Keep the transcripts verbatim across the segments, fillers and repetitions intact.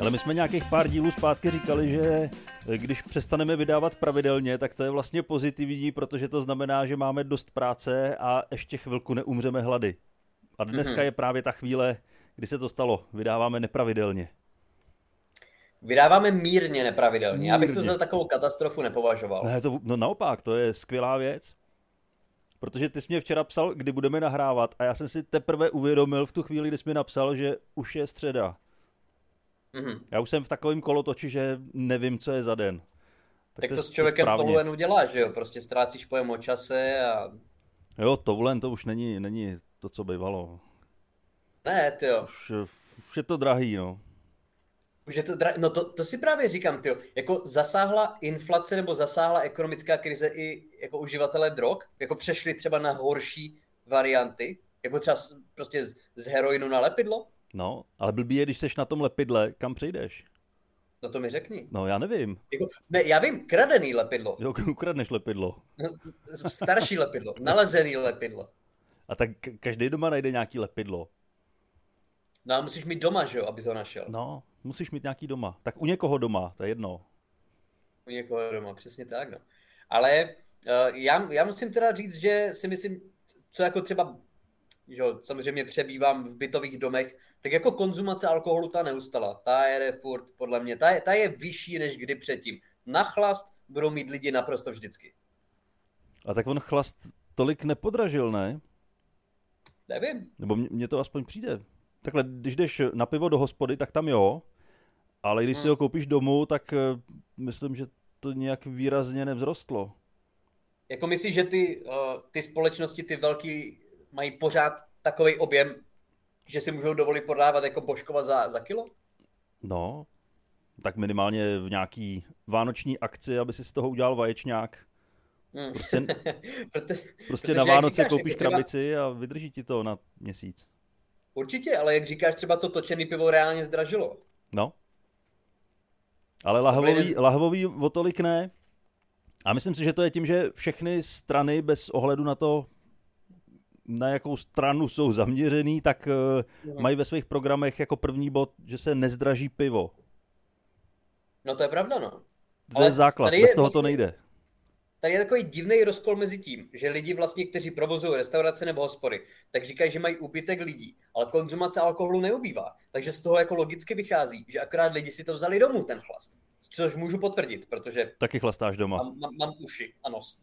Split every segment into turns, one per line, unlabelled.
Ale my jsme nějakých pár dílů zpátky říkali, že když přestaneme vydávat pravidelně, tak to je vlastně pozitivní, protože to znamená, že máme dost práce a ještě chvilku neumřeme hlady. A dneska mm-hmm. je právě ta chvíle, kdy se to stalo. Vydáváme nepravidelně.
Vydáváme mírně nepravidelně. Mírně. Já bych to za takovou katastrofu nepovažoval.
Ne, to, no naopak, to je skvělá věc. Protože ty jsi mě včera psal, kdy budeme nahrávat a já jsem si teprve uvědomil v tu chvíli, kdy jsi mi napsal, že už je středa. Mm-hmm. Já už jsem v takovém kolotoči, že nevím, co je za den.
Tak, tak to, to s člověkem toulen uděláš, že jo? Prostě ztrácíš pojem o čase a...
Jo, toulen to už není, není to, co bývalo.
Ne, tyjo.
Už, už je to drahý, no.
Už je to drahý, no to, to si právě říkám, tyjo. Jako zasáhla inflace nebo zasáhla ekonomická krize i jako uživatele drog? Jako přešli třeba na horší varianty? Jako třeba prostě z heroinu na lepidlo?
No, ale blbý je, když seš na tom lepidle, kam přejdeš?
No to mi řekni.
No já nevím.
Jako, ne, já vím, kradený lepidlo.
Jo, ukradneš lepidlo.
Starší lepidlo, nalezený lepidlo.
A tak každý doma najde nějaký lepidlo.
No a musíš mít doma, že jo, abys ho našel.
No, musíš mít nějaký doma. Tak u někoho doma, to je jedno.
U někoho doma, přesně tak, no. Ale uh, já, já musím teda říct, že si myslím, co jako třeba... že samozřejmě přebývám v bytových domech, tak jako konzumace alkoholu ta neustala. Ta je furt, podle mě, ta je, ta je vyšší než kdy předtím. Na chlast budou mít lidi naprosto vždycky.
A tak on chlast tolik nepodražil, ne?
Nevím.
Nebo mně to aspoň přijde. Takhle, když jdeš na pivo do hospody, tak tam jo, ale když hmm. si ho koupíš domů, tak uh, myslím, že to nějak výrazně nevzrostlo.
Jako myslíš, že ty, uh, ty společnosti, ty velký mají pořád takový objem, že si můžou dovolit prodávat jako Božkova za, za kilo?
No, tak minimálně v nějaký vánoční akci, aby si z toho udělal vaječňák. Hmm. Prostě,
Proto,
prostě na Vánoce říkáš, koupíš třeba... krabici a vydrží ti to na měsíc.
Určitě, ale jak říkáš, třeba to točený pivo reálně zdražilo.
No. Ale lahvový, lahvový o tolik ne. A myslím si, že to je tím, že všechny strany bez ohledu na to, na jakou stranu jsou zaměřený, tak uh, mají ve svých programech jako první bod, že se nezdraží pivo.
No to je pravda, no.
To
Ale
je základ, bez toho vlastně, to nejde.
Tady je takový divný rozkol mezi tím, že lidi vlastně, kteří provozují restaurace nebo hospody, tak říkají, že mají úbytek lidí, ale konzumace alkoholu neubývá. Takže z toho jako logicky vychází, že akorát lidi si to vzali domů, ten chlast. Což můžu potvrdit, protože...
Taky chlastáš doma.
Mám, mám, mám uši a nos.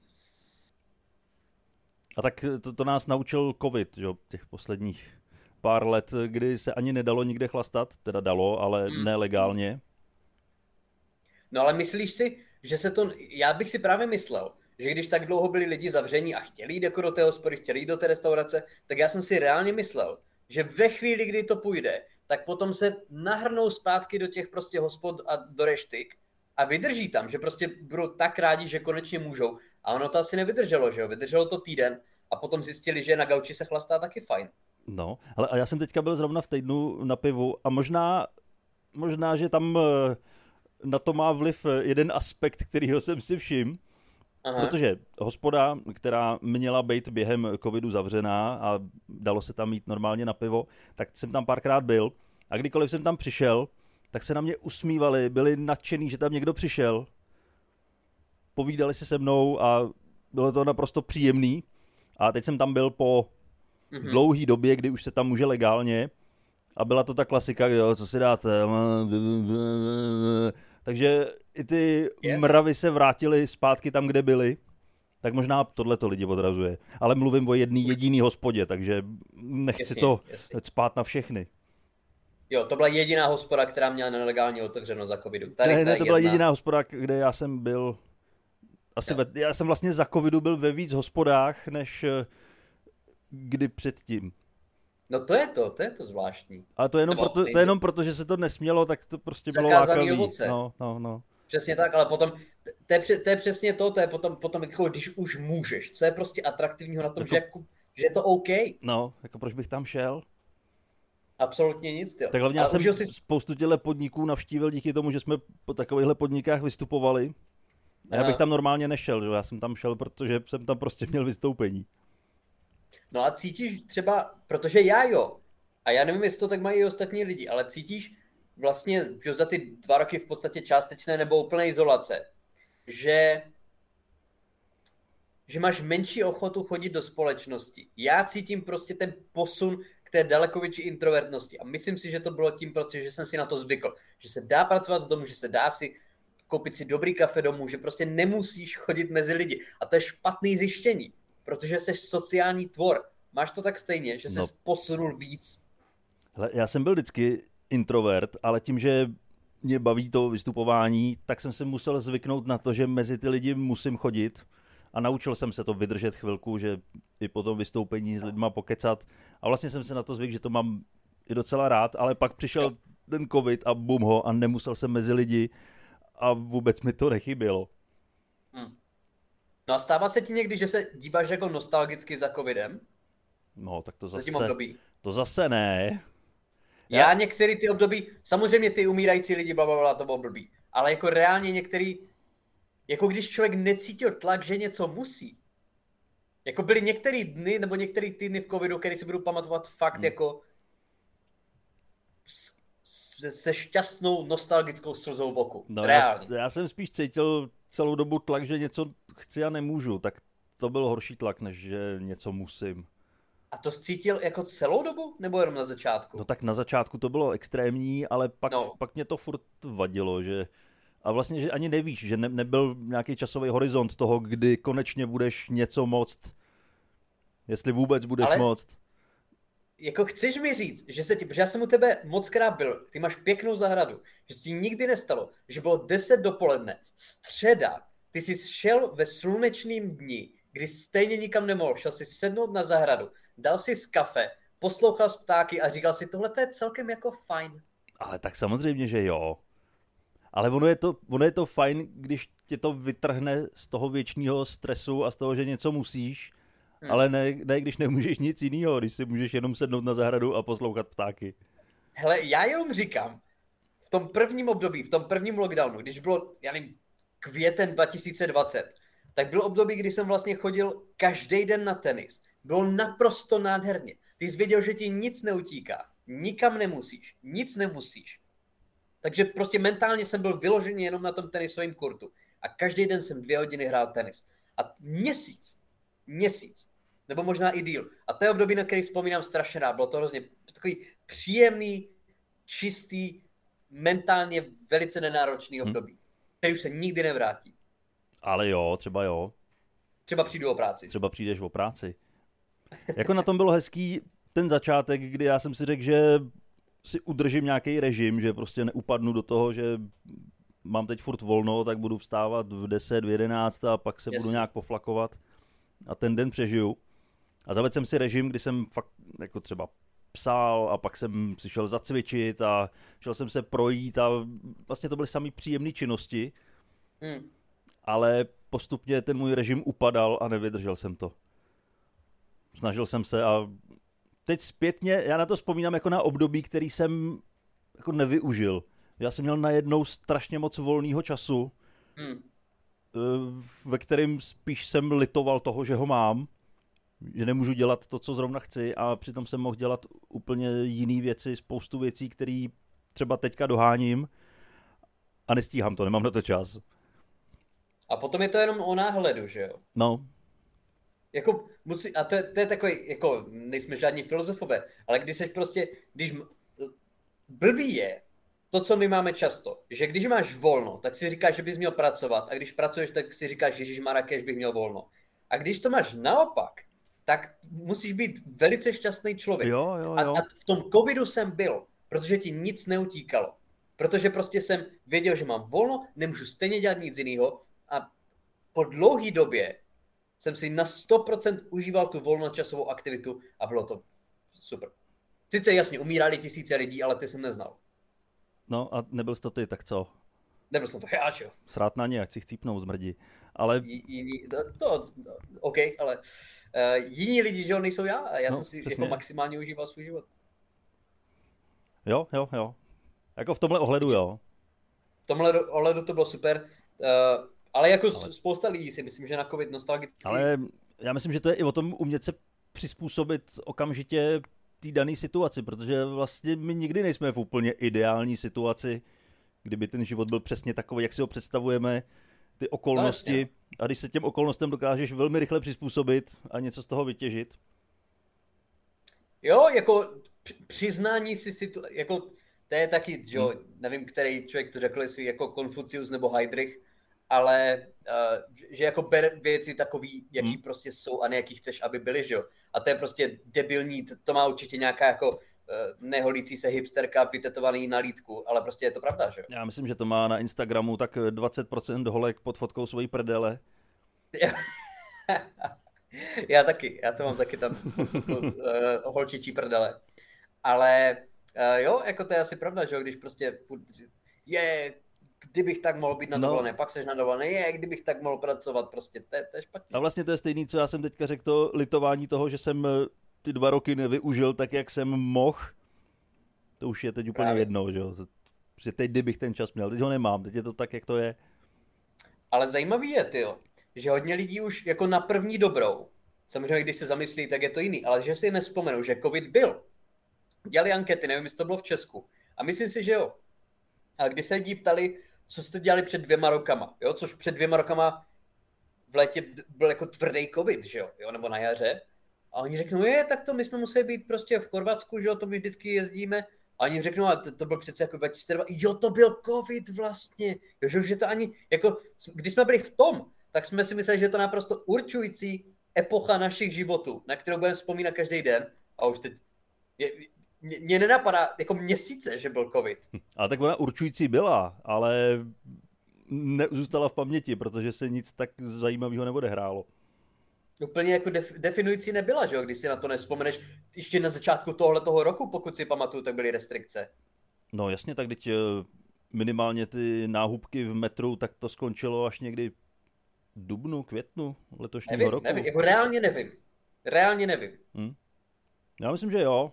A tak to, to nás naučil covid, že? Těch posledních pár let, kdy se ani nedalo nikde chlastat, teda dalo, ale hmm. nelegálně.
No ale myslíš si, že se to, já bych si právě myslel, že když tak dlouho byli lidi zavření a chtěli jít jako do té hospody, chtěli jít do té restaurace, tak já jsem si reálně myslel, že ve chvíli, kdy to půjde, tak potom se nahrnou zpátky do těch prostě hospod a do reštik a vydrží tam, že prostě budou tak rádi, že konečně můžou. A ono to asi nevydrželo, že jo? Vydrželo to týden a potom zjistili, že na gauči se chlastá taky fajn.
No, ale a já jsem teďka byl zrovna v týdnu na pivu a možná, možná, že tam na to má vliv jeden aspekt, kterýho jsem si všiml, protože hospoda, která měla být během covidu zavřená a dalo se tam jít normálně na pivo, tak jsem tam párkrát byl a kdykoliv jsem tam přišel, tak se na mě usmívali, byli nadšený, že tam někdo přišel, povídali si se mnou a bylo to naprosto příjemný. A teď jsem tam byl po mm-hmm. dlouhý době, kdy už se tam může legálně a byla to ta klasika, jo, co si dáte. Takže i ty yes. mravy se vrátily zpátky tam, kde byly. Tak možná tohleto lidi odrazuje. Ale mluvím o jedný jediný hospodě, takže nechci jasně, to jasně. spát na všechny.
Jo, to byla jediná hospoda, která měla nelegálně otevřeno za covidu. Tady,
ne, ne, to
jedna...
byla jediná hospoda, kde já jsem byl... Asi ve, já jsem vlastně za covidu byl ve víc hospodách, než kdy předtím.
No to je to, to je to zvláštní.
Ale to je jenom,
Nebo,
proto, to je jenom proto, že se to nesmělo, tak to prostě bylo lákavý.
Ovoce.
No, no, no.
Přesně tak, ale potom, to je, to je přesně to, to je potom, potom jako když už můžeš. Co je prostě atraktivního na tom, jako, že, jako, že je to OK.
No, jako proč bych tam šel?
Absolutně nic, tyjo.
Tak hlavně já jsem si... spoustu těchto podniků navštívil díky tomu, že jsme po takovýchhle podnikách vystupovali. A já bych tam normálně nešel, že? Já jsem tam šel, protože jsem tam prostě měl vystoupení.
No a cítíš třeba, protože já jo, a já nevím, jestli to tak mají i ostatní lidi, ale cítíš vlastně že za ty dva roky v podstatě částečné nebo úplné izolace, že, že máš menší ochotu chodit do společnosti. Já cítím prostě ten posun k té daleko větší introvertnosti a myslím si, že to bylo tím, protože jsem si na to zvykl, že se dá pracovat z domu, že se dá si koupit si dobrý kafe domů, že prostě nemusíš chodit mezi lidi. A to je špatný zjištění, protože jsi sociální tvor. Máš to tak stejně, že jsi no. posunul víc?
Hele, já jsem byl vždycky introvert, ale tím, že mě baví to vystupování, tak jsem se musel zvyknout na to, že mezi ty lidi musím chodit a naučil jsem se to vydržet chvilku, že i po tom vystoupení s lidma pokecat a vlastně jsem se na to zvykl, že to mám i docela rád, ale pak přišel jo. ten covid a bum ho a nemusel jsem mezi lidi a vůbec mi to nechybělo.
Hmm. No a stává se ti někdy, že se díváš jako nostalgicky za covidem?
No, tak to
za
zase, to zase ne.
Já, Já některý ty období, samozřejmě ty umírající lidi, blablabla, to bylo blbý, ale jako reálně některý, jako když člověk necítil tlak, že něco musí. Jako byly některé dny, nebo některé týdny v covidu, který si budu pamatovat fakt hmm. jako s, s, se šťastnou nostalgickou slzou v oku.
No, reálně. Já, já jsem spíš cítil celou dobu tlak, že něco chci a nemůžu, tak to byl horší tlak, než že něco musím.
A to jsi cítil jako celou dobu, nebo jenom na začátku?
No tak na začátku to bylo extrémní, ale pak,
no.
pak mě to furt vadilo, že a vlastně, že ani nevíš, že ne, nebyl nějaký časový horizont toho, kdy konečně budeš něco moct, jestli vůbec budeš ale... moct.
Jako chceš mi říct, že se ti, protože já jsem u tebe mockrát byl, ty máš pěknou zahradu, že si nikdy nestalo, že bylo deset dopoledne, středa, ty jsi šel ve slunečným dni, kdy stejně nikam nemohl, šel si sednout na zahradu, dal si z kafe, poslouchal ptáky a říkal si, tohle to je celkem jako fajn.
Ale tak samozřejmě, že jo. Ale ono je to, ono je to fajn, když tě to vytrhne z toho věčního stresu a z toho, že něco musíš, Hmm. ale ne, ne, když nemůžeš nic jiného, když si můžeš jenom sednout na zahradu a poslouchat ptáky.
Hele, já jenom říkám, v tom prvním období, v tom prvním lockdownu, když bylo, já nevím, květen dva tisíce dvacet, tak bylo období, kdy jsem vlastně chodil každý den na tenis. Bylo naprosto nádherně. Ty jsi věděl, že ti nic neutíká, nikam nemusíš, nic nemusíš. Takže prostě mentálně jsem byl vyložený jenom na tom tenisovém kurtu. A každý den jsem dvě hodiny hrál tenis. A měsíc, měsíc, nebo možná i díl. A to je období, na který vzpomínám strašně rád. Bylo to hrozně takový příjemný, čistý, mentálně velice nenáročný období, hmm. který už se nikdy nevrátí.
Ale jo, třeba jo.
Třeba přijdu o práci.
Třeba přijdeš o práci. Jako na tom bylo hezký ten začátek, kdy já jsem si řekl, že si udržím nějaký režim, že prostě neupadnu do toho, že mám teď furt volno, tak budu vstávat v deset, v jedenáct a pak se Jasně. budu nějak poflakovat a ten den přežiju. A zavedl jsem si režim, kdy jsem fakt jako třeba psal a pak jsem si šel zacvičit a šel jsem se projít a vlastně to byly samý příjemné činnosti, hmm. ale postupně ten můj režim upadal a nevydržel jsem to. Snažil jsem se a teď zpětně, já na to vzpomínám jako na období, který jsem jako nevyužil. Já jsem měl najednou strašně moc volného času, hmm. ve kterém spíš jsem litoval toho, že ho mám, že nemůžu dělat to, co zrovna chci a přitom jsem mohl dělat úplně jiné věci, spoustu věcí, které třeba teďka doháním a nestíhám to, nemám na to čas.
A potom je to jenom o náhledu, že jo?
No.
Jako musí, a to je, to je takový, jako nejsme žádní filozofové, ale když seš prostě, když blbý je to, co my máme často, že když máš volno, tak si říkáš, že bys měl pracovat a když pracuješ, tak si říkáš, ježišmarja, kež bych měl volno. A když to máš naopak, tak musíš být velice šťastný člověk.
Jo, jo, jo.
A, a v tom covidu jsem byl, protože ti nic neutíkalo. Protože prostě jsem věděl, že mám volno, nemůžu stejně dělat nic jiného a po dlouhé době jsem si na sto procent užíval tu volnočasovou aktivitu a bylo to super. Sice jasně, umírali tisíce lidí, ale ty jsem neznal.
No a nebyl jsi to ty, tak co?
Nebyl jsem to já, čo?
Srát na ně, ať si chcípnou zmrdí. Ale...
Jiní, to, to, OK, ale uh, jiní lidi, že jo, nejsou já a já no, jsem si přesně. jako maximálně užíval svůj život.
Jo, jo, jo. Jako v tomhle ohledu, jo.
V tomhle ohledu to bylo super, uh, ale jako ale... spousta lidí si myslím, že na covid nostalgicky...
Ale já myslím, že to je i o tom umět se přizpůsobit okamžitě té dané situaci, protože vlastně my nikdy nejsme v úplně ideální situaci, kdyby ten život byl přesně takový, jak si ho představujeme, ty okolnosti, no, a když se těm okolnostem dokážeš velmi rychle přizpůsobit a něco z toho vytěžit.
Jo, jako přiznání si situace, jako to je taky, že jo, nevím, který člověk to řekl, jestli jako Konfucius nebo Heydrich, ale uh, že jako ber věci takový, jaký hmm. prostě jsou a ne jaký chceš, aby byly, že jo. A to je prostě debilní, to, to má určitě nějaká jako uh, neholící se hipsterka vytetovaný na lítku, ale prostě je to pravda, že jo.
Já myslím, že to má na Instagramu tak dvacet procent holek pod fotkou svojí prdele.
Já taky, já to mám taky tam uh, holčičí prdele. Ale uh, jo, jako to je asi pravda, že jo, když prostě furt, je, kdybych tak mohl být na dovolené, no. Pak seš na dovolené, je, kdybych tak mohl pracovat, prostě to je, to je špatně.
A vlastně to je stejný, co já jsem teďka řekl, to litování toho, že jsem ty dva roky nevyužil tak, jak jsem mohl. To už je teď úplně Právě. jedno, že jo. Protože teď, kdybych ten čas měl, teď ho nemám, teď je to tak, jak to je.
Ale zajímavý je, tyjo, že hodně lidí už jako na první dobrou, samozřejmě když se zamyslí, tak je to jiný, ale že si nevzpomenou, že covid byl. Dělali ankety, nevím, jestli to bylo v Česku. A myslím si, že jo. A když se lidi ptali, co jste dělali před dvěma rokama, jo, což před dvěma rokama v létě byl jako tvrdý covid, že jo, jo, nebo na jaře. A oni řeknou, je, tak to my jsme museli být prostě v Chorvatsku, že jo, to my vždycky jezdíme. A oni řeknou, a to, to byl přece jako dva tisíce dva, jo, to byl covid vlastně, jo, že už je to ani, jako, když jsme byli v tom, tak jsme si mysleli, že je to naprosto určující epocha našich životů, na kterou budeme vzpomínat každý den. A už teď, je, mě, mě nenapadá jako měsíce, že byl covid.
Ale tak ona určující byla, ale nezůstala v paměti, protože se nic tak zajímavého neodehrálo.
Úplně jako def, definující nebyla, že jo, když si na to nevzpomeneš. Ještě na začátku tohoto roku, pokud si pamatuju, tak byly restrikce.
No jasně, tak teď minimálně ty náhubky v metru, tak to skončilo až někdy v dubnu, květnu letošního
nevím,
roku.
Nevím, jako reálně nevím. Reálně nevím.
Hmm. Já myslím, že jo.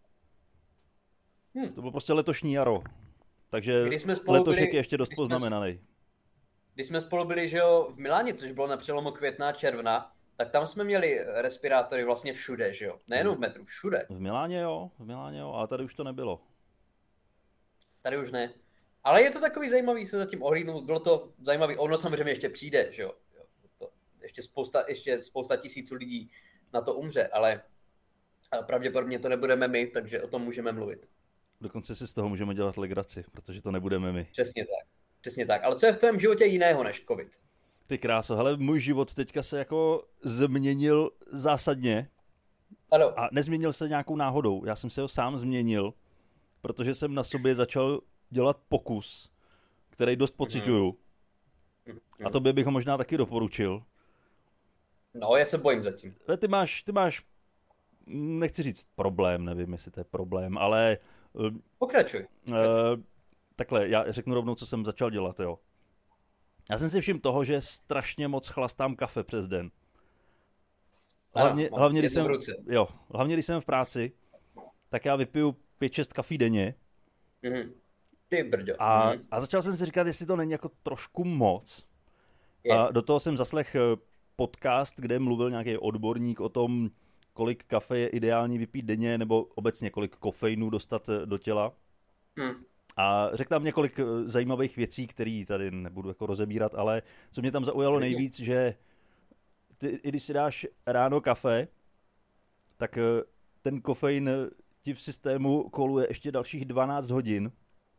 Hmm. To bylo prostě letošní jaro. Takže letošek je ještě dost poznamenaný.
Když jsme spolu byli, že jo, v Miláně, což bylo na přelomu května a června, tak tam jsme měli respirátory vlastně všude, že jo? Nejenom v metru, všude.
V Miláně jo, v Miláně jo, ale tady už to nebylo.
Tady už ne. Ale je to takový zajímavý se zatím ohlídnout, bylo to zajímavý, ono samozřejmě ještě přijde, že jo? To ještě, spousta, ještě spousta tisíců lidí na to umře, ale pravděpodobně to nebudeme my, takže o tom můžeme mluvit.
Dokonce si z toho můžeme dělat legraci, protože to nebudeme my.
Přesně tak, přesně tak. Ale co je v tvém životě jiného než covid?
Ty kráso, hele, můj život teďka se jako změnil zásadně.
Ano.
A nezměnil se nějakou náhodou. Já jsem se ho sám změnil, protože jsem na sobě začal dělat pokus, který dost pociťuju. Mm-hmm. A tobě bych ho možná taky doporučil.
No, já se bojím zatím.
Ale ty máš, ty máš, nechci říct problém, nevím, jestli to je problém, ale...
Pokračuj.
Uh, takhle, já řeknu rovnou, co jsem začal dělat, jo. Já jsem si všiml toho, že strašně moc chlastám kafe přes den. Hlavně,
ano,
hlavně, když jsem, jo, hlavně když jsem v práci, tak já vypiju pět šest kafí denně.
Mm-hmm. Ty brďo.
A,
mm-hmm.
a začal jsem si říkat, jestli to není jako trošku moc.
Je.
A do toho jsem zaslech podcast, kde mluvil nějaký odborník o tom, kolik kafe je ideální vypít denně, nebo obecně kolik kofeinu dostat do těla.
Mm.
A řekl tam několik zajímavých věcí, které tady nebudu jako rozebírat, ale co mě tam zaujalo nejvíc, že ty, i když si dáš ráno kafe, tak ten kofein ti v systému koluje ještě dalších dvanáct hodin.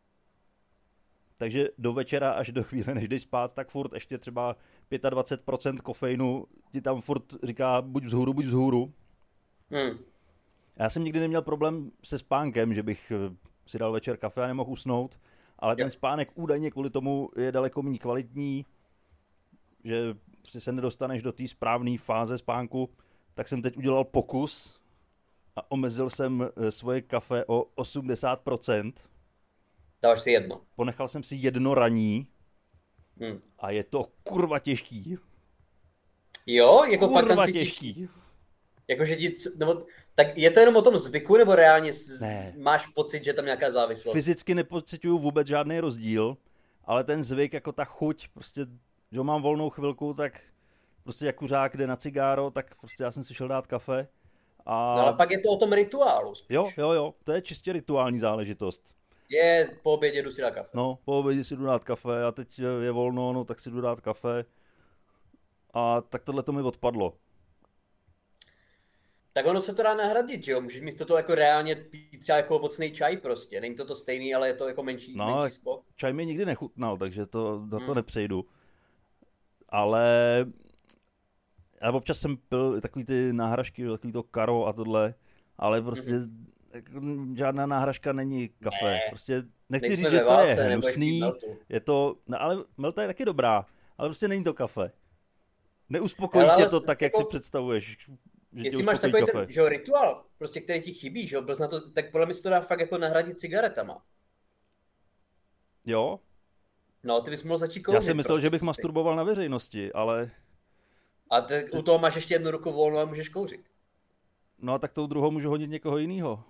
Takže do večera až do chvíle, než jdeš spát, tak furt ještě třeba dvacet pět procent kofeinu ti tam furt říká buď vzhůru, buď vzhůru.
Hmm.
Já jsem nikdy neměl problém se spánkem, že bych si dal večer kafe a nemohl usnout, ale ten spánek údajně kvůli tomu je daleko méně kvalitní, že prostě se nedostaneš do té správné fáze spánku, tak jsem teď udělal pokus a omezil jsem svoje kafe o osmdesát procent.
Dáváš si jedno.
Ponechal jsem si jedno raní
hmm.
a je to kurva těžký.
Jo, jako
kurva
fakt tam cítíš,
těžký.
Jakože ti, nebo, tak je to jenom o tom zvyku, nebo reálně
ne.
máš pocit, že tam nějaká závislost?
Fyzicky nepocituju vůbec žádný rozdíl, ale ten zvyk, jako ta chuť, prostě, že mám volnou chvilku, tak prostě jak kuřák jde na cigáro, tak prostě já jsem si šel dát kafe A...
No ale pak je to o tom rituálu spíš.
Jo, jo, jo, to je čistě rituální záležitost.
Je, po obědě jdu si dát kafe.
No, po obědě si jdu dát kafe a teď je volno, no tak si jdu dát kafe. A tak tohle to mi odpadlo.
Tak ono se to dá nahradit, že jo? Můžeš místo toho jako reálně pít třeba jako ovocný čaj prostě. Není to to stejný, ale je to jako menší,
No,
menší skok.
Čaj mi nikdy nechutnal, takže to, na to hmm. nepřejdu. Ale já občas jsem pil takový ty náhražky, takový to karo a tohle, ale prostě mm-hmm. žádná náhražka není kafe.
Ne.
Prostě nechci
Nejsme
říct, že to
válce,
je hnusný, je to, no ale Melta je taky dobrá, ale prostě není to kafe. Neuspokojí tě to tak, jak jako... si představuješ. Že
jestli máš takový ten, že jo, rituál, prostě, který ti chybí, že jo, na to, tak podle mě se to dá fakt jako nahradit cigaretama.
Jo?
No, ty bys mohl začít kouřit.
Já jsem myslel,
prostě,
že bych
prostě.
masturboval na veřejnosti, ale...
A te, u toho máš ještě jednu ruku volnou a můžeš kouřit.
No a tak tou druhou můžu hodit někoho jiného.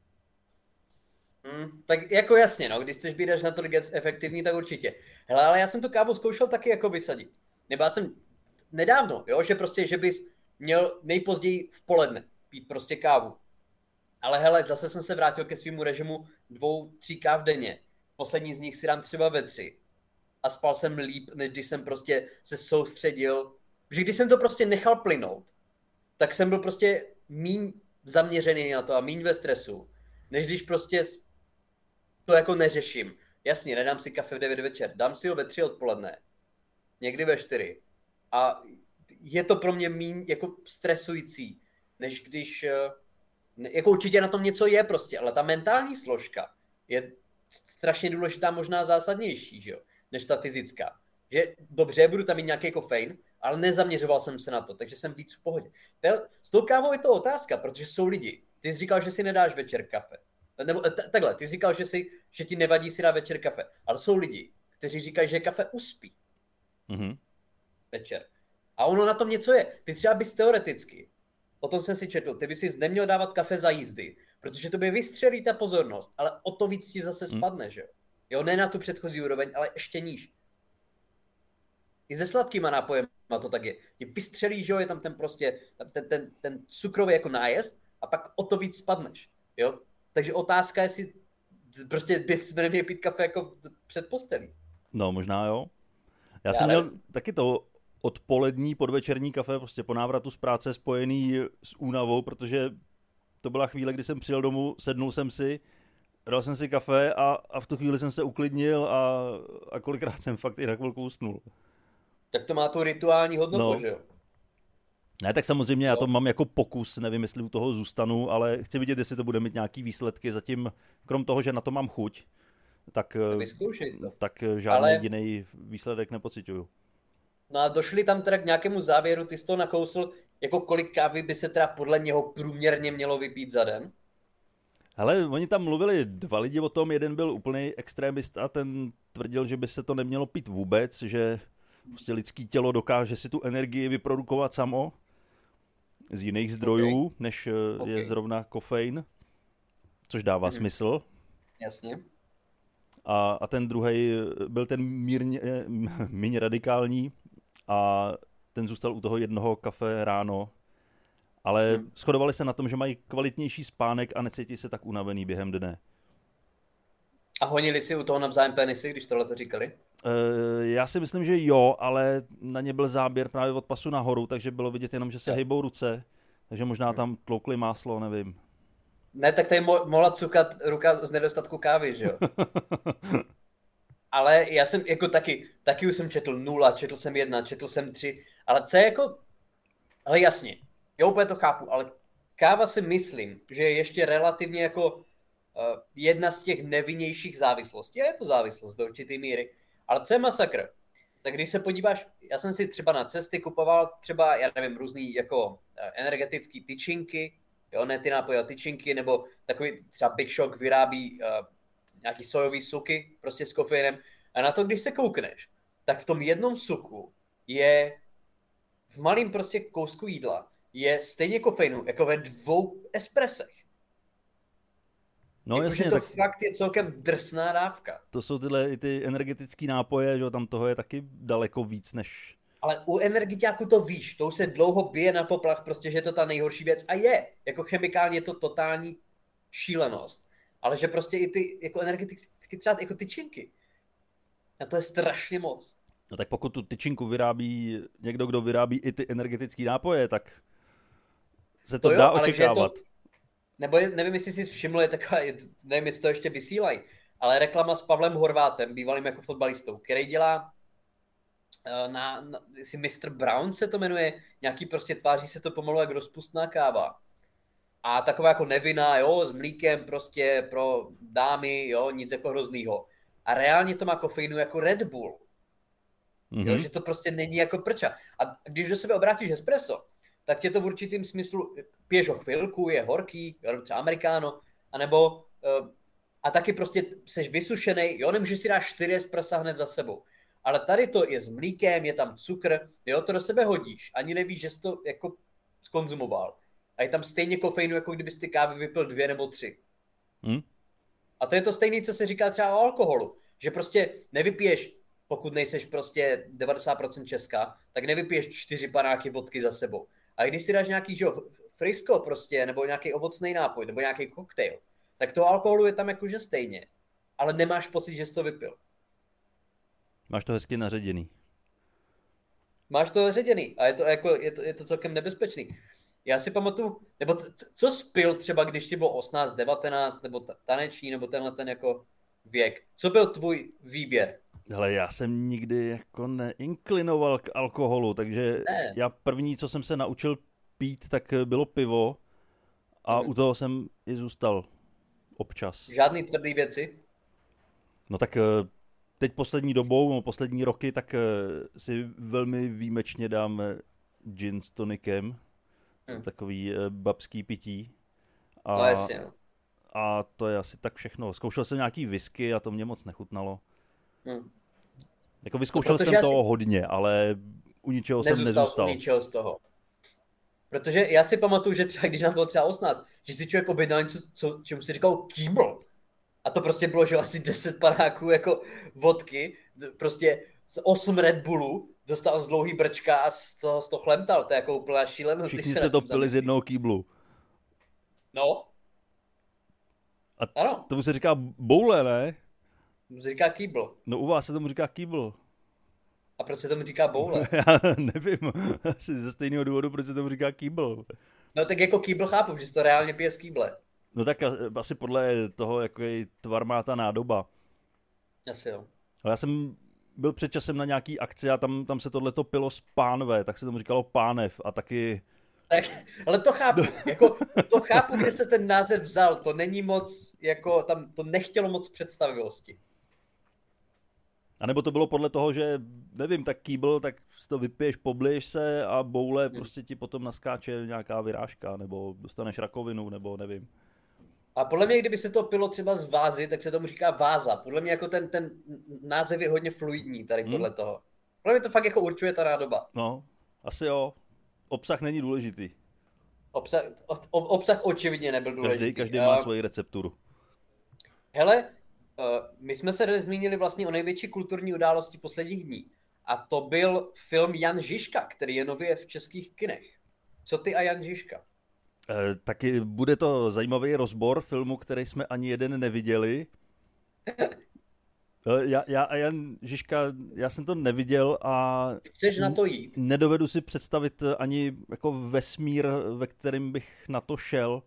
Hmm, tak jako jasně, no, když chceš být až natolik efektivní, tak určitě. Hele, ale já jsem tu kávu zkoušel taky jako vysadit. Nebo já jsem nedávno, jo, že prostě, že bys měl nejpozději v poledne pít prostě kávu. Ale hele, zase jsem se vrátil ke svému režimu dvou, tří káv denně. Poslední z nich si dám třeba ve tři. A spal jsem líp, než když jsem prostě se soustředil. Že když jsem to prostě nechal plynout, tak jsem byl prostě míň zaměřený na to a míň ve stresu, než když prostě to jako neřeším. Jasně, nedám si kafe v devět večer, dám si ho ve tři odpoledne. Někdy ve čtyři. A je to pro mě míň jako stresující, než když, jako určitě na tom něco je prostě, ale ta mentální složka je strašně důležitá, možná zásadnější, že jo, než ta fyzická. Že dobře, budu tam mít nějaký kofein, ale nezaměřoval jsem se na to, takže jsem víc v pohodě. S tou kávou je to otázka, protože jsou lidi. Ty jsi říkal, že si nedáš večer kafe. Nebo t- takhle, ty jsi říkal, že, si, že ti nevadí si dát večer kafe. Ale jsou lidi, kteří říkají, že kafe uspí.
Mm-hmm.
Večer. A ono na tom něco je. Ty třeba bys teoreticky, o tom jsem si četl, ty bys si neměl dávat kafe za jízdy, protože to by vystřelí ta pozornost, ale o to víc ti zase spadne, mm. že jo? Jo, ne na tu předchozí úroveň, ale ještě níž. I se sladkýma nápojem a to tak je. Ti vystřelí, že jo, je tam ten prostě, ten, ten, ten cukrový jako nájezd a pak o to víc spadneš, jo? Takže otázka je, jestli prostě bys neměl pít kafe jako před postelí.
No, možná jo. Já, Já jsem nevím. měl taky to odpolední, podvečerní kafe, prostě po návratu z práce spojený s únavou, protože to byla chvíle, kdy jsem přijel domů, sednul jsem si, dal jsem si kafe a, a v tu chvíli jsem se uklidnil a, a kolikrát jsem fakt i na chvilku usnul.
Tak to má tu rituální hodnotu, no. Že jo?
Ne, tak samozřejmě no. Já to mám jako pokus, nevím, jestli u toho zůstanu, ale chci vidět, jestli to bude mít nějaký výsledky. Zatím, krom toho, že na to mám chuť, tak, tak žádný ale... jiný výsledek nepociťuju.
No a došli tam teda k nějakému závěru, ty jsi to nakousl, jako kolik kávy by se teda podle něho průměrně mělo vypít za den?
Hele, oni tam mluvili dva lidi o tom, jeden byl úplný extrémista a ten tvrdil, že by se to nemělo pít vůbec, že prostě lidský tělo dokáže si tu energii vyprodukovat samo z jiných zdrojů, okay. než okay. je zrovna kofein, což dává hmm. smysl.
Jasně.
A, a ten druhej byl ten mírně, míň radikální a ten zůstal u toho jednoho kafe ráno. Ale hmm. shodovali se na tom, že mají kvalitnější spánek a necítí se tak unavený během dne.
A honili si u toho navzájem penisy, když tohle to říkali?
Uh, já si myslím, že jo, ale na ně byl záběr právě od pasu nahoru, takže bylo vidět jenom, že se hejbou ruce, takže možná hmm. tam tloukli máslo, nevím.
Ne, tak tady mo- mohla cukat ruka z nedostatku kávy, že jo? Ale já jsem jako taky, taky už jsem četl nula, četl jsem jedna, četl jsem tři, ale co je jako, ale jasně, já úplně to chápu, ale káva si myslím, že je ještě relativně jako uh, jedna z těch nevinnějších závislostí. A je to závislost do určité míry. Ale co je masakr? Tak když se podíváš, já jsem si třeba na cesty kupoval třeba, já nevím, různý jako uh, energetický tyčinky, jo, ne ty nápoje, ale tyčinky, nebo takový třeba Big Shock vyrábí uh, nějaký sojový suky, prostě s kofeinem. A na to, když se koukneš, tak v tom jednom suku je v malém prostě kousku jídla je stejně kofeinu, jako ve dvou espresech.
No
jako,
jasně,
že to
tak
fakt je celkem drsná dávka.
To jsou tyhle i ty energetické nápoje, že tam toho je taky daleko víc, než
Ale u Energiťáku to víš, to už se dlouho bije na poplach, prostě, že je to ta nejhorší věc a je. Jako chemikálně je to totální šílenost. Ale že prostě i ty jako energeticky třeba jako tyčinky. A to je strašně moc.
No tak pokud tu tyčinku vyrábí někdo, kdo vyrábí i ty energetické nápoje, tak se to, to dá jo, očekávat. To,
nebo je, nevím, jestli jsi všiml, je taková, nevím, jestli to ještě vysílají, ale reklama s Pavlem Horvátem, bývalým jako fotbalistou, který dělá na, na jestli mister Brown se to jmenuje, nějaký prostě tváří se to pomalu jak rozpustná káva. A taková jako nevinná, jo, s mlíkem prostě pro dámy, jo, nic jako hroznýho. A reálně to má kofeinu jako Red Bull. Mm-hmm. Jo, že to prostě není jako prča. A když do sebe obrátíš espresso, tak tě to v určitým smyslu, piješ ho chvilku, je horký, jo, třeba americano, anebo uh, a taky prostě seš vysušenej, jo, nemůžeš si dát čtyři espressa hned za sebou. Ale tady to je s mlíkem, je tam cukr, jo, to do sebe hodíš. Ani nevíš, že jsi to jako skonzumoval. A je tam stejně kofeinu, jako kdybys ty kávy vypil dvě nebo tři.
Hmm?
A to je to stejné, co se říká třeba o alkoholu. Že prostě nevypiješ, pokud nejseš prostě devadesát procent Česka, tak nevypiješ čtyři panáky vodky za sebou. A když si dáš nějaký, že, frisko prostě, nebo nějaký ovocný nápoj, nebo nějaký koktejl, tak toho alkoholu je tam jakože stejně. Ale nemáš pocit, že jsi to vypil.
Máš to hezky naředěný.
Máš to naředěný a je to, jako, je to, je to celkem nebezpečný. Já si pamatuju, nebo t- co spil třeba, když ti bylo osmnáct, devatenáct, nebo t- taneční, nebo tenhle ten jako věk. Co byl tvůj výběr?
Hele, já jsem nikdy jako neinklinoval k alkoholu, takže ne. Já první, co jsem se naučil pít, tak bylo pivo a hmm. u toho jsem i zůstal občas.
Žádný tvrdý věci?
No tak teď poslední dobou, no poslední roky, tak si velmi výjimečně dám gin s tonikem. Hmm. Takový babský pití. A,
no jasně.
A to je asi tak všechno. Zkoušel jsem nějaký whisky a to mě moc nechutnalo. Hmm. Jako vyzkoušel no, jsem toho si... hodně, ale u ničeho jsem nezůstal.
u ničeho z toho. Protože já si pamatuju, že třeba když nám bylo třeba osmnáct, že si člověk objednal něco, co, čemu si říkal kýbl. A to prostě bylo, že asi deset panáků jako vodky, prostě z osm Red Bullů, dostal z dlouhý brčka a z toho, z toho chlemtal. To je jako úplná šílenost.
Všichni jste to pili z jednoho kýblu.
No.
A ano. Tomu se říká boule, ne?
Tomu se říká kýbl.
No u vás se tomu říká kýbl.
A proč se tomu říká boule?
Já nevím. Asi ze stejného důvodu, proč se tomu říká kýbl.
No tak jako kýbl chápu, že jsi to reálně pije z kýble.
No tak asi podle toho, jaký tvar má ta nádoba.
Asi jo.
Ale já jsem byl před časem na nějaký akci a tam, tam se tohleto pilo z pánve, tak se tomu říkalo pánev a taky...
Tak, ale to chápu, jako, to chápu, kde se ten název vzal, to není moc, jako tam to nechtělo moc představivosti.
A nebo to bylo podle toho, že, nevím, tak kýbl, tak si to vypiješ, poblíž se a boule hmm. prostě ti potom naskáče nějaká vyrážka, nebo dostaneš rakovinu, nebo nevím.
A podle mě, kdyby se to pilo třeba z vázy, tak se tomu říká váza. Podle mě jako ten, ten název je hodně fluidní tady podle hmm. toho. Podle mě to fakt jako určuje ta nádoba.
No, asi jo. Obsah není důležitý.
Obsah, o, obsah očividně nebyl důležitý.
Každý, každý má uh, svoji recepturu.
Hele, uh, my jsme se zmínili vlastně o největší kulturní události posledních dní. A to byl film Jan Žižka, který je nově v českých kinech. Co ty a Jan Žižka?
E, taky bude to zajímavý rozbor filmu, který jsme ani jeden neviděli. já, já a Jan Žižka, já jsem to neviděl a...
Chceš na to jít?
Nedovedu si představit ani jako vesmír, ve kterém bych na to šel.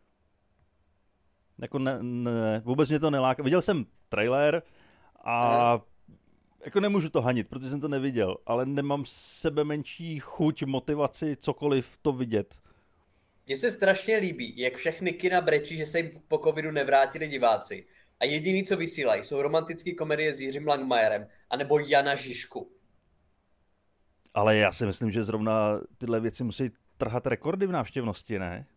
Jako ne, ne, vůbec mě to neláká. Viděl jsem trailer a Aha. jako nemůžu to hanit, protože jsem to neviděl, ale nemám sebe menší chuť, motivaci, cokoliv to vidět.
Mně se strašně líbí, jak všechny kina brečí, že se jim po covidu nevrátili diváci. A jediný, co vysílají, jsou romantické komedie s Jiřím Langmajerem, anebo Jana Žižku.
Ale já si myslím, že zrovna tyhle věci musí trhat rekordy v návštěvnosti, ne?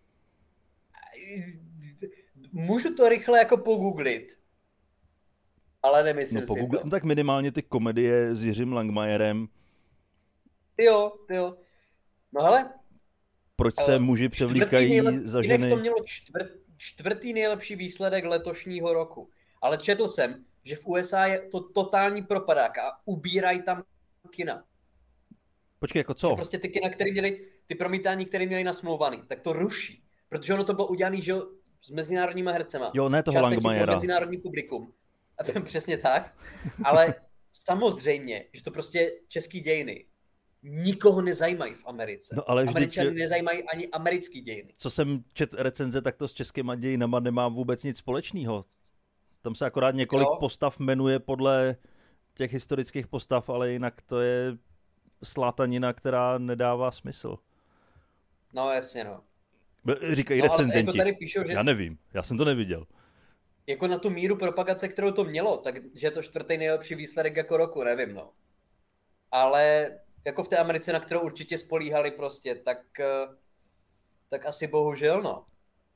Můžu to rychle jako pogooglit, ale nemyslím
no,
si to.
No tak minimálně ty komedie s Jiřím Langmajerem.
Jo, jo. No hele.
Proč se muži převlíkají nejlep... za ženy?
To mělo čtvrt, čtvrtý nejlepší výsledek letošního roku. Ale četl jsem, že v U S A je to totální propadák a ubírají tam kina.
Počkej, jako co?
Že prostě ty kina, které měli, ty promítání, které měli nasmlouvaný, tak to ruší. Protože ono to bylo udělané, že s mezinárodníma hercema.
Jo, ne toho Langmajera.
Mezinárodní publikum. Přesně tak. Ale samozřejmě, že to prostě český dějiny nikoho nezajímají v Americe.
No, ale
Američany
vždyť...
nezajímají ani americký dějiny.
Co jsem čet recenze, tak to s českýma dějinama nemá vůbec nic společného. Tam se akorát několik jo. postav jmenuje podle těch historických postav, ale jinak to je slátanina, která nedává smysl.
No jasně, no.
Říkají no, recenzenti.
Jako tady píšou, že...
Já nevím, já jsem to neviděl.
Jako na tu míru propagace, kterou to mělo, takže je to čtvrtý nejlepší výsledek jako roku, nevím, no. Ale jako v té Americe, na kterou určitě spolíhali prostě, tak, tak asi bohužel, no.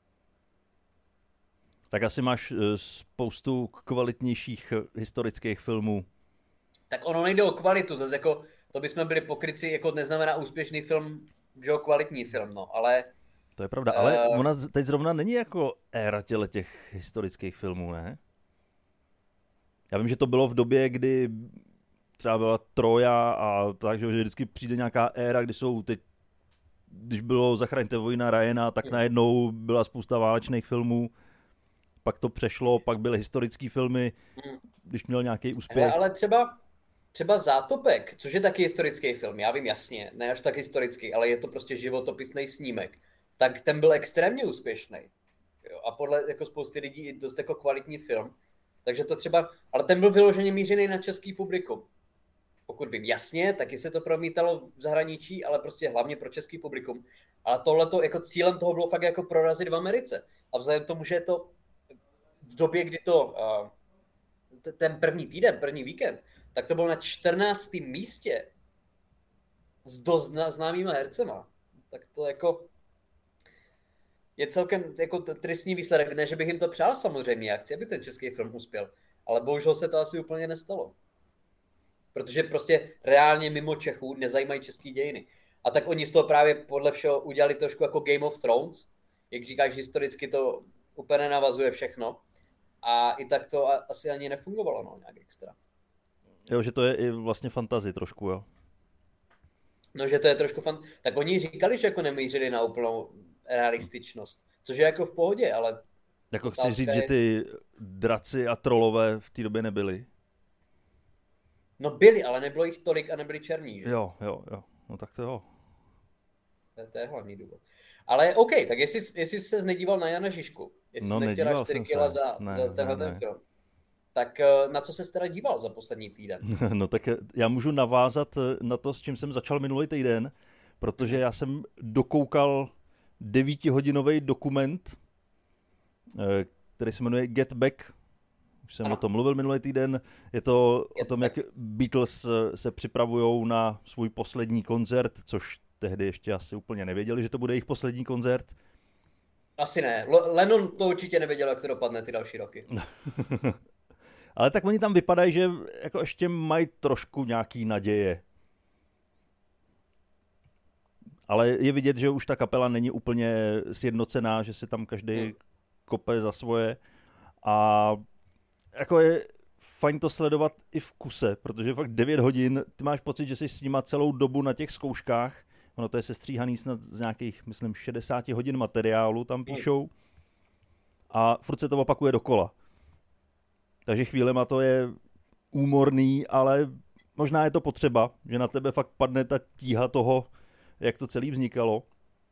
Tak asi máš spoustu kvalitnějších historických filmů.
Tak ono nejde o kvalitu, zase jako, to bychom byli pokryci, jako neznamená úspěšný film, že jo, kvalitní film, no, ale...
To je pravda, ale uh, ona teď zrovna není jako éra těle těch historických filmů, ne? Já vím, že to bylo v době, kdy třeba byla Troja a takže že vždycky přijde nějaká éra, kdy jsou teď, když bylo Zachraňte vojna Ryana, tak najednou byla spousta válečných filmů, pak to přešlo, pak byly historické filmy, když měl nějaký úspěch.
Ale, ale třeba, třeba Zátopek, což je taky historický film, já vím jasně, ne až tak historický, ale je to prostě životopisný snímek, tak ten byl extrémně úspěšný. Jo, a podle jako spousty lidí i dost jako kvalitní film. Takže to třeba, ale ten byl vyloženě mířený na český publikum. Pokud vím jasně, taky se to promítalo v zahraničí, ale prostě hlavně pro český publikum. Ale tohleto jako cílem toho bylo fakt jako prorazit v Americe. A vzhledem k tomu, že je to v době, kdy to uh, ten první týden, první víkend, tak to bylo na čtrnáctém místě s dost známýma hercema. Tak to jako je celkem jako tristní výsledek. Ne, že bych jim to přál samozřejmě, já chci, aby ten český film uspěl. Ale bohužel se to asi úplně nestalo. Protože prostě reálně mimo Čechů nezajímají český dějiny. A tak oni z toho právě podle všeho udělali trošku jako Game of Thrones. Jak říkáš, historicky to úplně nenavazuje všechno. A i tak to asi ani nefungovalo, no, nějak extra.
Jo, že to je i vlastně fantasy trošku, jo.
No, že to je trošku fan... Tak oni říkali, že jako nemířili na úplnou realističnost. Což je jako v pohodě, ale...
Jako chci říct, je... že ty draci a trolové v té době nebyli.
No byli, ale nebylo jich tolik a nebyli černí, že?
Jo, jo, jo. No tak to jo.
To je, to je hlavní důvod. Ale OK, tak jestli, jestli jsi se nedíval na Jana Žižku, jestli
no,
jsi nechtěla čtyři kila za,
ne,
za tenhle
ne,
ten
ne.
film, tak na co ses teda díval za poslední týden?
No tak já můžu navázat na to, s čím jsem začal minulý týden, protože já jsem dokoukal devítihodinový dokument, který se jmenuje Get Back. Už jsem ano. o tom mluvil minulý týden. Je to Get o tom, back. Jak Beatles se připravujou na svůj poslední koncert, což tehdy ještě asi úplně nevěděli, že to bude jejich poslední koncert.
Asi ne. Lennon to určitě nevěděl, jak to dopadne ty další roky.
Ale tak oni tam vypadají, že jako ještě mají trošku nějaký naděje. Ale je vidět, že už ta kapela není úplně sjednocená, že si tam každý hmm. kope za svoje. A jako je fajn to sledovat i v kuse, protože fakt devět hodin, ty máš pocit, že jsi s nima celou dobu na těch zkouškách. Ono to je sestříhaný snad z nějakých, myslím, šedesát hodin materiálu tam píšou. A furt se to opakuje dokola. Takže chvílema to je úmorný, ale možná je to potřeba, že na tebe fakt padne ta tíha toho, jak to celé vznikalo.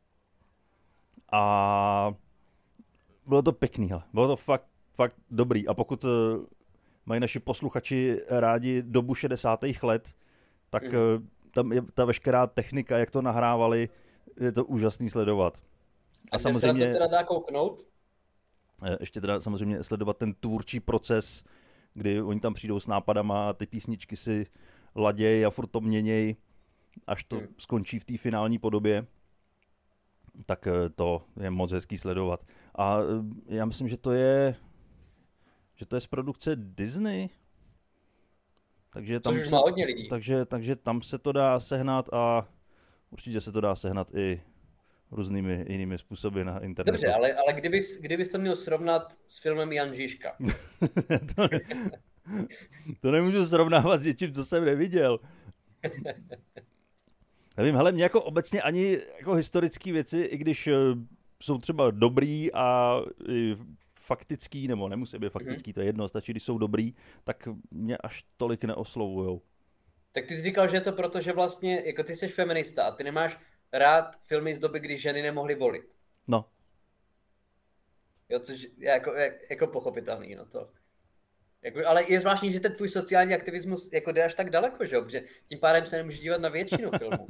A bylo to pěkný, hele. Bylo to fakt, fakt dobrý. A pokud mají naši posluchači rádi dobu šedesátých let, tak mm. tam je ta veškerá technika, jak to nahrávali, je to úžasný sledovat.
A, a samozřejmě se na to teda dá kouknout?
Ještě teda samozřejmě sledovat ten tvůrčí proces, kdy oni tam přijdou s nápadama a ty písničky si laděj a furt to měněj, až to hmm. skončí v té finální podobě. Tak to je moc hezký sledovat. A já myslím, že to je že to je z produkce Disney. Takže tam,
Což má hodně lidí.
Takže, takže tam se to dá sehnat a určitě se to dá sehnat i různými jinými způsoby na internetu.
Dobře, ale, ale kdybys, kdybys to měl srovnat s filmem Jan Žižka?
to, to nemůžu srovnávat s něčím, co jsem neviděl. Nevím, hele, mě jako obecně ani jako historické věci, i když jsou třeba dobrý a faktický, nebo nemusí být faktický, mm-hmm. to je jedno, stačí, když jsou dobrý, tak mě až tolik neoslovujou.
Tak ty jsi říkal, že je to proto, že vlastně, jako ty jsi feminista a ty nemáš rád filmy z doby, kdy ženy nemohly volit.
No.
Jo, což je jako, jako pochopitelný, no to. Jako, ale je zvláštní, že ten tvůj sociální aktivismus jako jde až tak daleko, že jo? Protože tím pádem se nemůžeš dívat na většinu filmů.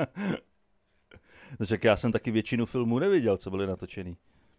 No, já jsem taky většinu filmů neviděl, co byly natočený.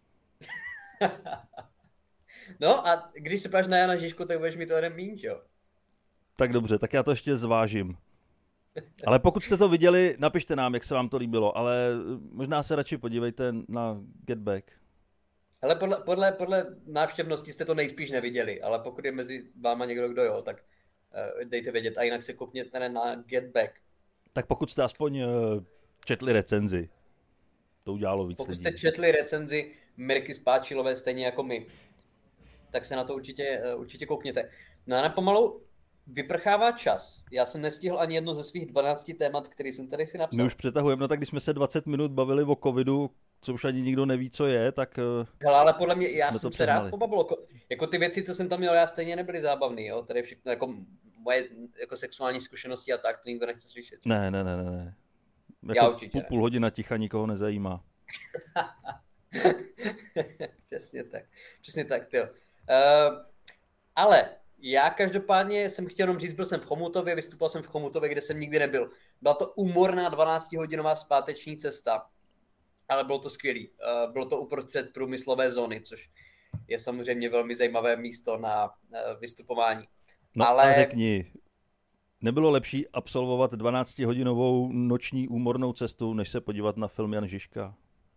No a když se páš na Jana Žižku, tak budeš mi to jeden míň, jo?
Tak dobře, tak já to ještě zvážím. Ale pokud jste to viděli, napište nám, jak se vám to líbilo, ale možná se radši podívejte na Get Back.
Ale podle, podle, podle návštěvnosti jste to nejspíš neviděli, ale pokud je mezi váma někdo, kdo jo, tak uh, dejte vědět a jinak se koukněte na Get Back.
Tak pokud jste aspoň uh, četli recenzi, to udělalo víc
Pokud
lidí.
jste četli recenzi Mirky Spáčilové stejně jako my, tak se na to určitě, uh, určitě koukněte. No a na pomalu vyprchává čas. Já jsem nestihl ani jedno ze svých dvanácti témat, který jsem tady si napsal.
My už přetahujeme, no tak když jsme se dvacet minut bavili o covidu, co už ani nikdo neví, co je, tak...
Hele, ale podle mě, já jsem se rád pobavil. Jako ty věci, co jsem tam měl, já stejně nebyly zábavný, jo. Tady všechno, jako moje jako sexuální zkušenosti a tak, to nikdo nechce slyšet.
Ne, ne, ne, ne. Jako
já určitě
půl, půl hodina ticha nikoho nezajímá.
Přesně tak. Přesně tak, tyjo. Uh, ale já každopádně jsem chtěl jenom říct, byl jsem v Chomutově, vystupoval jsem v Chomutově, kde jsem nikdy nebyl. Byla to úmorná dvanáctihodinová zpáteční cesta, ale bylo to skvělý. Uh, bylo to uprostřed průmyslové zóny, což je samozřejmě velmi zajímavé místo na uh, vystupování.
No
ale...
a řekni, nebylo lepší absolvovat dvanáctihodinovou noční úmornou cestu, než se podívat na film Jan Žižka?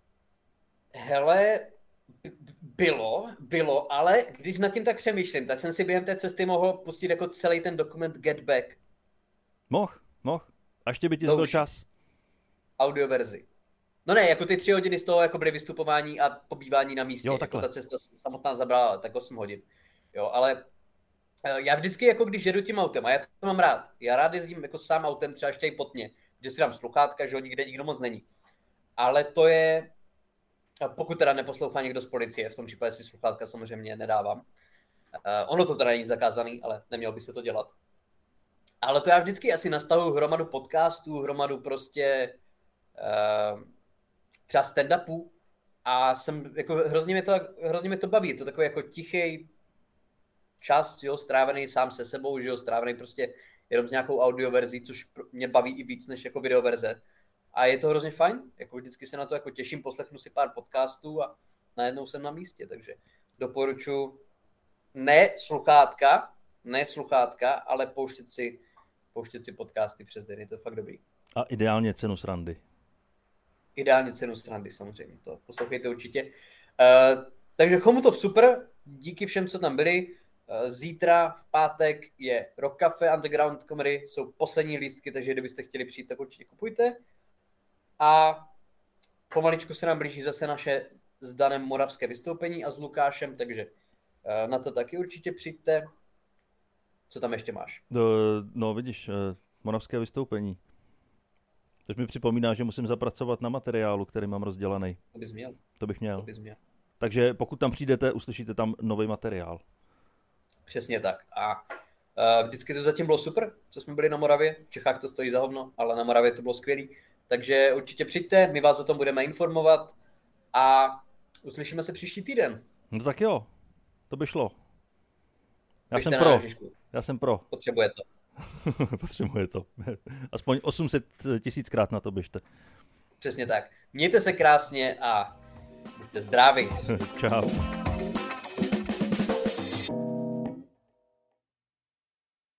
Hele, bylo, bylo, ale když nad tím tak přemýšlím, tak jsem si během té cesty mohl pustit jako celý ten dokument Get Back.
Moh, moh. A ještě by ti zbyl čas.
Audioverzi. No ne, jako ty tři hodiny z toho jako byly vystupování a pobývání na místě.
Jo,
jako ta cesta samotná zabrala tak osm hodin. Jo, ale já vždycky jako když jedu tím autem, a já to mám rád. Já rád jezdím jako sám autem, třeba ještě i pod mě, že si dám sluchátka, že ho nikde nikdo moc není. Ale to je... Pokud teda neposlouchá někdo z policie, v tom případě si sluchátka samozřejmě nedávám. Uh, ono to teda není zakázaný, ale nemělo by se to dělat. Ale to já vždycky asi nastavuju hromadu podcastů, hromadu prostě uh, třeba stand-upů a jsem, jako hrozně mě to, hrozně mě to baví. Je to takový jako tichý čas, jo, strávený sám se sebou, že jo, strávený prostě jenom s nějakou audioverzí, což mě baví i víc než jako videoverze. A je to hrozně fajn, jako vždycky se na to jako těším, poslechnu si pár podcastů a najednou jsem na místě, takže doporučuji ne sluchátka, ne sluchátka, ale pouštět si, pouštět si podcasty přes den, je to fakt dobrý.
A ideálně cenu srandy.
Ideálně cenu srandy, samozřejmě, to poslouchejte určitě. Uh, takže Chomutov super, díky všem, co tam byli. Uh, zítra v pátek je Rock Cafe Underground Comedy, jsou poslední lístky, takže kdybyste chtěli přijít, tak určitě kupujte. A pomaličku se nám blíží zase naše s Danem moravské vystoupení a s Lukášem, takže na to taky určitě přijďte. Co tam ještě máš?
No, no vidíš, moravské vystoupení. Což mi připomíná, že musím zapracovat na materiálu, který mám rozdělaný.
To bys měl.
To bych měl.
To bys měl.
Takže pokud tam přijdete, uslyšíte tam nový materiál.
Přesně tak. A uh, vždycky to zatím bylo super, co jsme byli na Moravě. V Čechách to stojí za hovno, ale na Moravě to bylo skvělý. Takže určitě přijďte, my vás o tom budeme informovat a uslyšíme se příští týden.
No tak jo, to by šlo. Já
Běžte
jsem pro.
Ježišku.
Já jsem pro.
Potřebuje to.
Potřebuje to. Aspoň osm set tisíckrát na to běžte.
Přesně tak. Mějte se krásně a buďte zdraví.
Čau.